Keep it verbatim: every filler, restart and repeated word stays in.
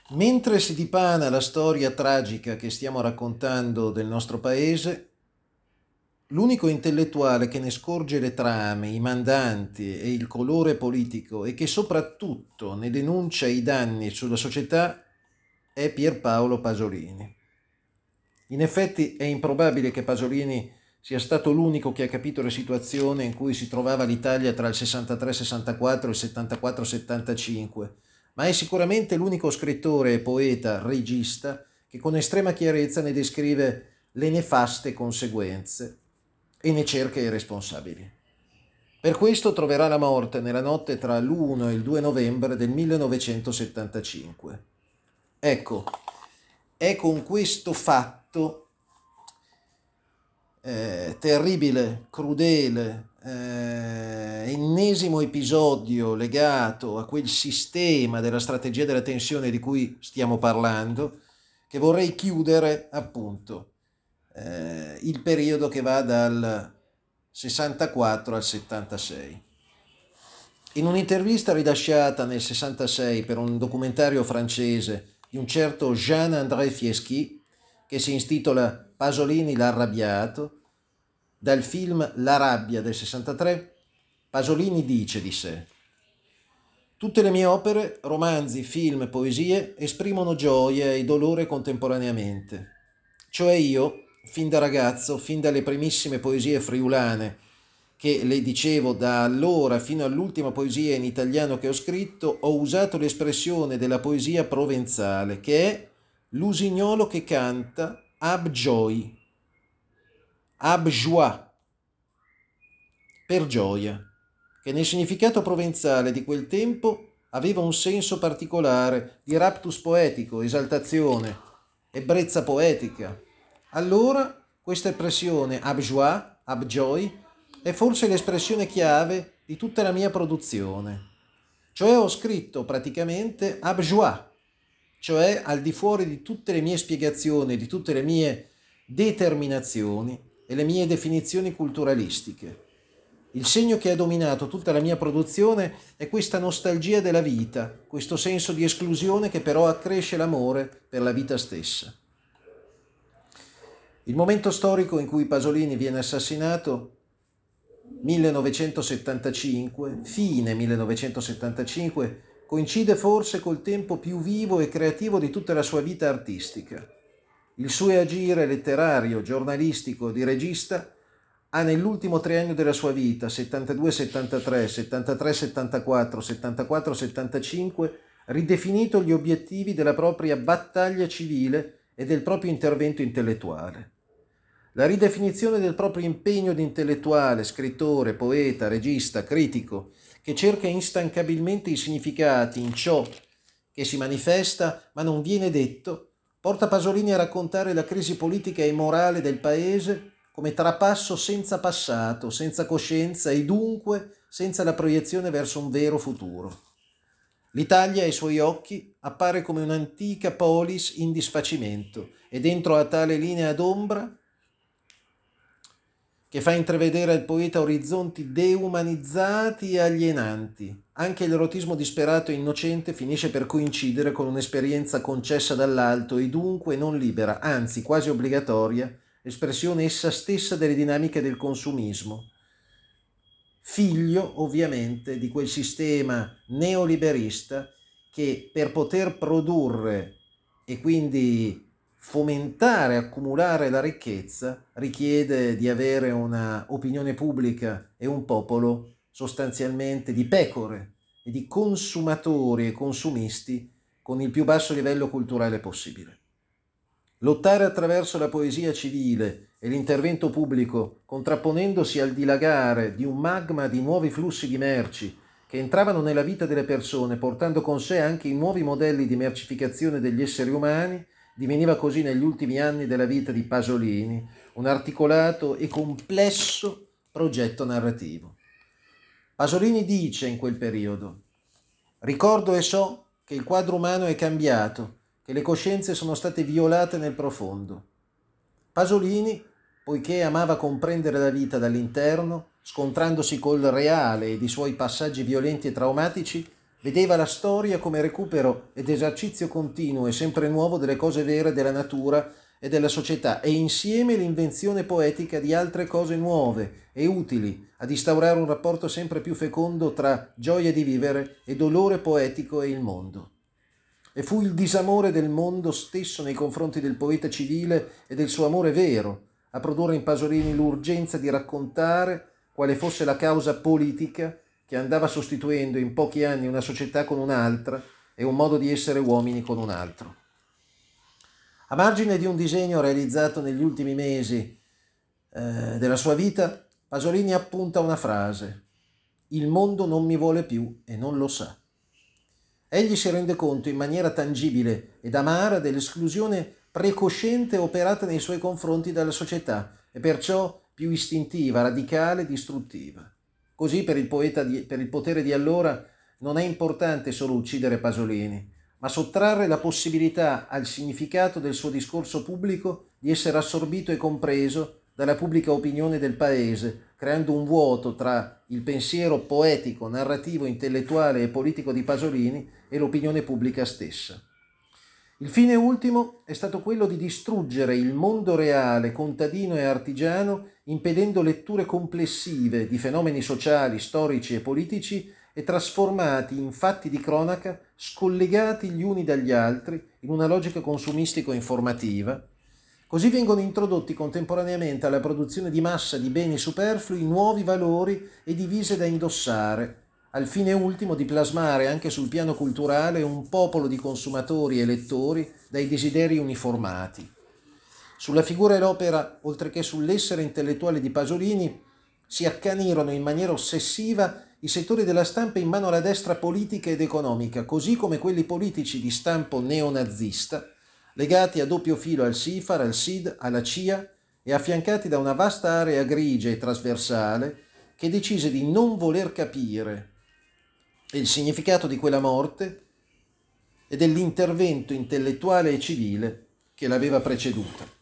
Mentre si dipana la storia tragica che stiamo raccontando del nostro paese, l'unico intellettuale che ne scorge le trame, i mandanti e il colore politico e che soprattutto ne denuncia i danni sulla società è Pierpaolo Pasolini. In effetti è improbabile che Pasolini sia stato l'unico che ha capito la situazione in cui si trovava l'Italia tra il sessantatré sessantaquattro e il settantaquattro settantacinque, ma è sicuramente l'unico scrittore, poeta, regista che con estrema chiarezza ne descrive le nefaste conseguenze e ne cerca i responsabili. Per questo troverà la morte nella notte tra l'primo e il due novembre del millenovecentosettantacinque. Ecco, è con questo fatto eh, terribile, crudele, eh, ennesimo episodio legato a quel sistema della strategia della tensione di cui stiamo parlando, che vorrei chiudere appunto eh, il periodo che va dal sessantaquattro al settantasei. In un'intervista rilasciata nel sessantasei per un documentario francese di un certo Jean-André Fieschi, che si intitola Pasolini l'arrabbiato, dal film La rabbia del sessantatré, Pasolini dice di sé: tutte le mie opere, romanzi, film, poesie, esprimono gioia e dolore contemporaneamente. Cioè io, fin da ragazzo, fin dalle primissime poesie friulane, che le dicevo da allora fino all'ultima poesia in italiano che ho scritto, ho usato l'espressione della poesia provenzale, che è l'usignolo che canta ab joy, ab joie, per gioia, che nel significato provenzale di quel tempo aveva un senso particolare di raptus poetico, esaltazione, ebbrezza poetica. Allora questa espressione ab joie, ab joy, è forse l'espressione chiave di tutta la mia produzione. Cioè ho scritto praticamente ab joie, cioè al di fuori di tutte le mie spiegazioni, di tutte le mie determinazioni e le mie definizioni culturalistiche. Il segno che ha dominato tutta la mia produzione è questa nostalgia della vita, questo senso di esclusione che però accresce l'amore per la vita stessa. Il momento storico in cui Pasolini viene assassinato, millenovecentosettantacinque, fine millenovecentosettantacinque, coincide forse col tempo più vivo e creativo di tutta la sua vita artistica. Il suo agire letterario, giornalistico, di regista ha nell'ultimo triennio della sua vita, settantadue settantatré, settantatré settantaquattro, settantaquattro settantacinque, ridefinito gli obiettivi della propria battaglia civile e del proprio intervento intellettuale. La ridefinizione del proprio impegno di intellettuale, scrittore, poeta, regista, critico, che cerca instancabilmente i significati in ciò che si manifesta ma non viene detto, porta Pasolini a raccontare la crisi politica e morale del paese come trapasso senza passato, senza coscienza e dunque senza la proiezione verso un vero futuro. L'Italia ai suoi occhi appare come un'antica polis in disfacimento e dentro a tale linea d'ombra che fa intravedere al poeta orizzonti deumanizzati e alienanti. Anche l'erotismo disperato e innocente finisce per coincidere con un'esperienza concessa dall'alto e dunque non libera, anzi quasi obbligatoria, espressione essa stessa delle dinamiche del consumismo. Figlio, ovviamente, di quel sistema neoliberista che per poter produrre e quindi fomentare, accumulare la ricchezza, richiede di avere una opinione pubblica e un popolo sostanzialmente di pecore e di consumatori e consumisti con il più basso livello culturale possibile. Lottare attraverso la poesia civile e l'intervento pubblico, contrapponendosi al dilagare di un magma di nuovi flussi di merci che entravano nella vita delle persone, portando con sé anche i nuovi modelli di mercificazione degli esseri umani, diveniva così negli ultimi anni della vita di Pasolini un articolato e complesso progetto narrativo. Pasolini dice in quel periodo: ricordo e so che il quadro umano è cambiato, che le coscienze sono state violate nel profondo. Pasolini, poiché amava comprendere la vita dall'interno, scontrandosi col reale ed i suoi passaggi violenti e traumatici, Vedeva la storia come recupero ed esercizio continuo e sempre nuovo delle cose vere della natura e della società, e insieme l'invenzione poetica di altre cose nuove e utili ad instaurare un rapporto sempre più fecondo tra gioia di vivere e dolore poetico e il mondo. E fu il disamore del mondo stesso nei confronti del poeta civile e del suo amore vero a produrre in Pasolini l'urgenza di raccontare quale fosse la causa politica che andava sostituendo in pochi anni una società con un'altra e un modo di essere uomini con un altro. A margine di un disegno realizzato negli ultimi mesi eh, della sua vita, Pasolini appunta una frase: «Il mondo non mi vuole più e non lo sa». Egli si rende conto in maniera tangibile ed amara dell'esclusione precosciente operata nei suoi confronti dalla società e perciò più istintiva, radicale, distruttiva. Così per il poeta di, per il potere di allora non è importante solo uccidere Pasolini, ma sottrarre la possibilità al significato del suo discorso pubblico di essere assorbito e compreso dalla pubblica opinione del paese, creando un vuoto tra il pensiero poetico, narrativo, intellettuale e politico di Pasolini e l'opinione pubblica stessa. Il fine ultimo è stato quello di distruggere il mondo reale, contadino e artigiano, impedendo letture complessive di fenomeni sociali, storici e politici e trasformati in fatti di cronaca scollegati gli uni dagli altri in una logica consumistico-informativa. Così vengono introdotti contemporaneamente alla produzione di massa di beni superflui nuovi valori e divise da indossare, al fine ultimo di plasmare anche sul piano culturale un popolo di consumatori e lettori dai desideri uniformati. Sulla figura e l'opera, oltre che sull'essere intellettuale di Pasolini, si accanirono in maniera ossessiva i settori della stampa in mano alla destra politica ed economica, così come quelli politici di stampo neonazista, legati a doppio filo al SIFAR, al S I D, alla C I A e affiancati da una vasta area grigia e trasversale che decise di non voler capire il significato di quella morte e dell'intervento intellettuale e civile che l'aveva preceduta.